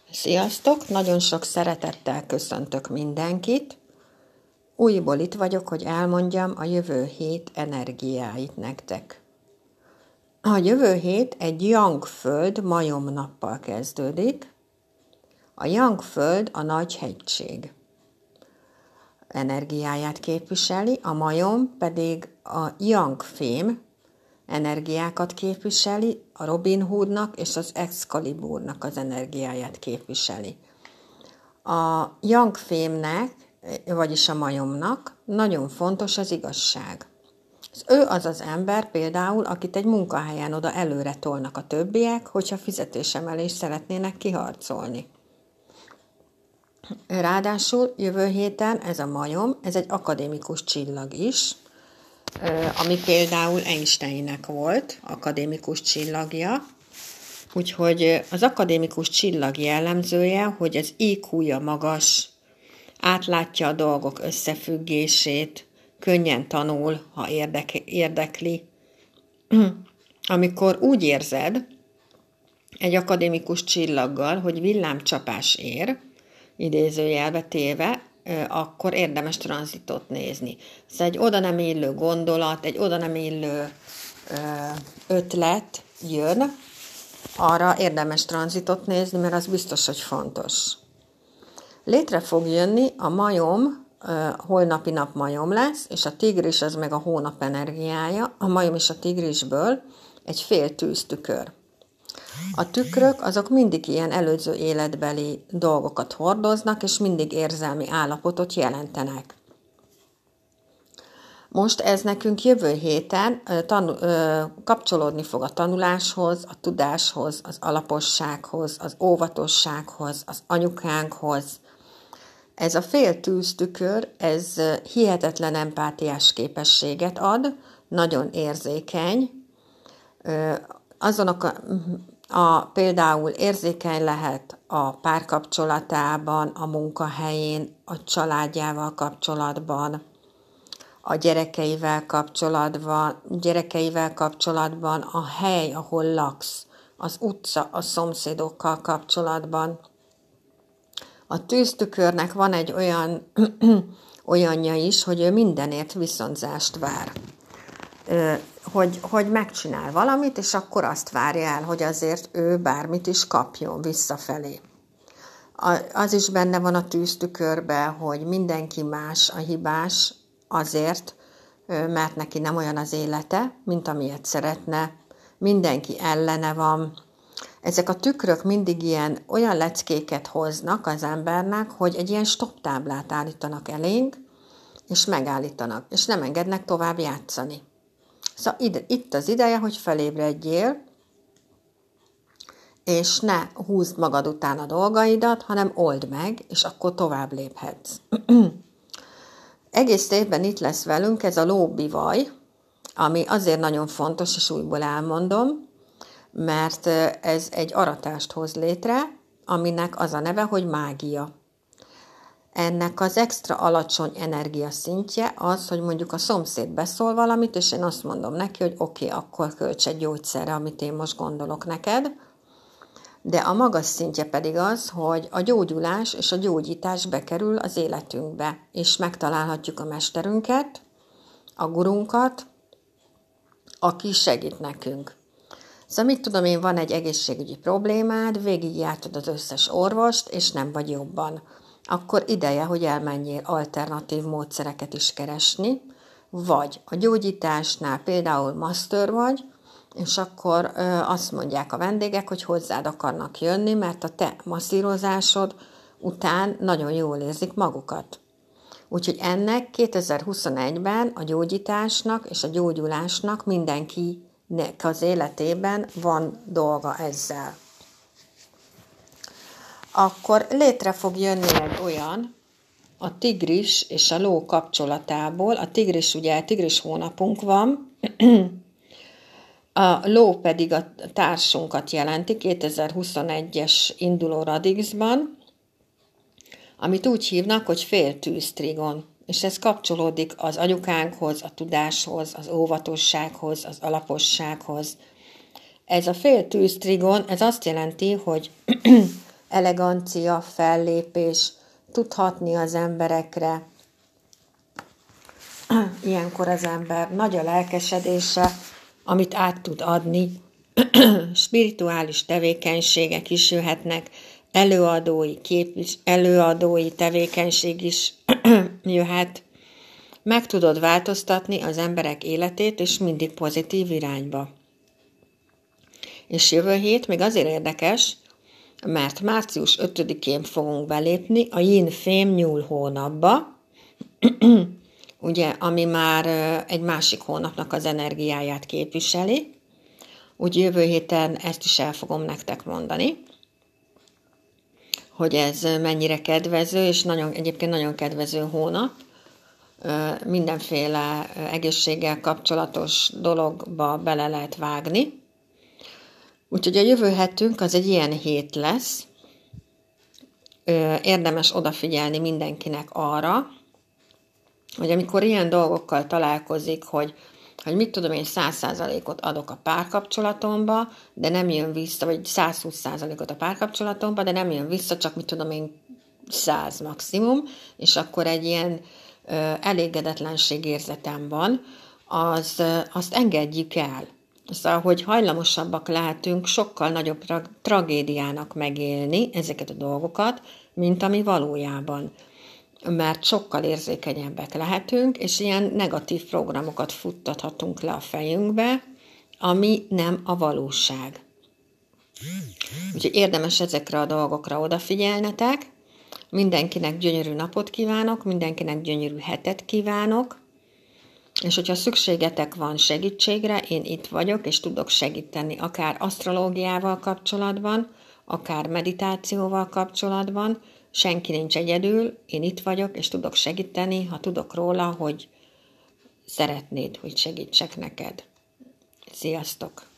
Sziasztok! Nagyon sok szeretettel köszöntök mindenkit. Újból itt vagyok, hogy elmondjam a jövő hét energiáit nektek. A jövő hét egy Yang-föld majomnappal kezdődik. A Yang-föld a nagy hegység energiáját képviseli, a majom pedig a Yang-fém energiákat képviseli, a Robin Hoodnak és az Excaliburnak az energiáját képviseli. A Yang-fémnek, vagyis a majomnak nagyon fontos az igazság. Ő az az ember például, akit egy munkahelyen oda előre tolnak a többiek, hogyha fizetésemelést szeretnének kiharcolni. Ráadásul jövő héten ez a majom, ez egy akadémikus csillag is, ami például Einsteinnek volt, akadémikus csillagja. Úgyhogy az akadémikus csillag jellemzője, hogy az IQ-ja magas, átlátja a dolgok összefüggését, könnyen tanul, ha érdekli. Amikor úgy érzed egy akadémikus csillaggal, hogy villámcsapás ér, idézőjelbe téve, akkor érdemes tranzitot nézni. Ez egy oda nem illő gondolat, egy oda nem illő ötlet jön, arra érdemes tranzitot nézni, mert az biztos, hogy fontos. Létre fog jönni a majom, holnapi nap majom lesz, és a tigris az meg a hónap energiája, a majom és a tigrisből egy fél tűztükör. A tükrök azok mindig ilyen előző életbeli dolgokat hordoznak, és mindig érzelmi állapotot jelentenek. Most ez nekünk jövő héten kapcsolódni fog a tanuláshoz, a tudáshoz, az alapossághoz, az óvatossághoz, az anyukánkhoz. Ez a fél tűztükör, ez hihetetlen empátiás képességet ad, nagyon érzékeny, például érzékeny lehet a párkapcsolatában, a munkahelyén, a családjával kapcsolatban, a gyerekeivel kapcsolatban, a hely, ahol laksz, az utca, a szomszédokkal kapcsolatban. A tűztükörnek van egy olyanja is, hogy ő mindenért viszontzást vár. Hogy megcsinál valamit, és akkor azt várja el, hogy azért ő bármit is kapjon visszafelé. Az is benne van a tűztükörben, hogy mindenki más a hibás azért, mert neki nem olyan az élete, mint amilyet szeretne, mindenki ellene van. Ezek a tükrök mindig olyan leckéket hoznak az embernek, hogy egy ilyen stopptáblát állítanak elénk, és megállítanak, és nem engednek tovább játszani. Szóval itt az ideje, hogy felébredjél, és ne húzd magad után a dolgaidat, hanem old meg, és akkor tovább léphetsz. Egész évben itt lesz velünk ez a lóbivaj, ami azért nagyon fontos, és újból elmondom, mert ez egy aratást hoz létre, aminek az a neve, hogy mágia. Ennek az extra alacsony energiaszintje az, hogy mondjuk a szomszéd beszól valamit, és én azt mondom neki, hogy oké, akkor költs egy gyógyszerre, amit én most gondolok neked. De a magas szintje pedig az, hogy a gyógyulás és a gyógyítás bekerül az életünkbe, és megtalálhatjuk a mesterünket, a gurunkat, aki segít nekünk. Szóval mit tudom én, van egy egészségügyi problémád, végigjártad az összes orvost, és nem vagy jobban. Akkor ideje, hogy elmenjél alternatív módszereket is keresni, vagy a gyógyításnál például master vagy, és akkor azt mondják a vendégek, hogy hozzád akarnak jönni, mert a te masszírozásod után nagyon jól érzik magukat. Úgyhogy ennek 2021-ben a gyógyításnak és a gyógyulásnak mindenkinek az életében van dolga ezzel. Akkor létre fog jönni egy olyan a tigris és a ló kapcsolatából. A tigris hónapunk van, a ló pedig a társunkat jelenti 2021-es induló radixban, amit úgy hívnak, hogy féltűztrigon. És ez kapcsolódik az anyukánkhoz, a tudáshoz, az óvatossághoz, az alapossághoz. Ez a féltűztrigon, ez azt jelenti, hogy elegancia, fellépés, tudhatni az emberekre. Ilyenkor az ember nagy a lelkesedése, amit át tud adni. Spirituális tevékenységek is jöhetnek, előadói tevékenység is jöhet. Meg tudod változtatni az emberek életét, és mindig pozitív irányba. És jövő hét még azért érdekes, mert március 5-én fogunk belépni a Yin-Fém nyúl hónapba, ugye, ami már egy másik hónapnak az energiáját képviseli. Úgy jövő héten ezt is el fogom nektek mondani, hogy ez mennyire kedvező, és egyébként nagyon kedvező hónap. Mindenféle egészséggel kapcsolatos dologba bele lehet vágni. Úgyhogy a jövő hetünk az egy ilyen hét lesz. Érdemes odafigyelni mindenkinek arra, hogy amikor ilyen dolgokkal találkozik, hogy mit tudom én, 100%-ot adok a párkapcsolatomba, de nem jön vissza, vagy 120%-ot a párkapcsolatomba, de nem jön vissza, csak mit tudom én, 100 maximum, és akkor egy ilyen elégedetlenség érzetem van, azt engedjük el. Szóval, hogy hajlamosabbak lehetünk sokkal nagyobb tragédiának megélni ezeket a dolgokat, mint ami valójában. Mert sokkal érzékenyebbek lehetünk, és ilyen negatív programokat futtathatunk le a fejünkbe, ami nem a valóság. Úgyhogy érdemes ezekre a dolgokra odafigyelnetek. Mindenkinek gyönyörű napot kívánok, mindenkinek gyönyörű hetet kívánok, és hogyha szükségetek van segítségre, én itt vagyok, és tudok segíteni, akár asztrológiával kapcsolatban, akár meditációval kapcsolatban. Senki nincs egyedül, én itt vagyok, és tudok segíteni, ha tudok róla, hogy szeretnéd, hogy segítsek neked. Sziasztok!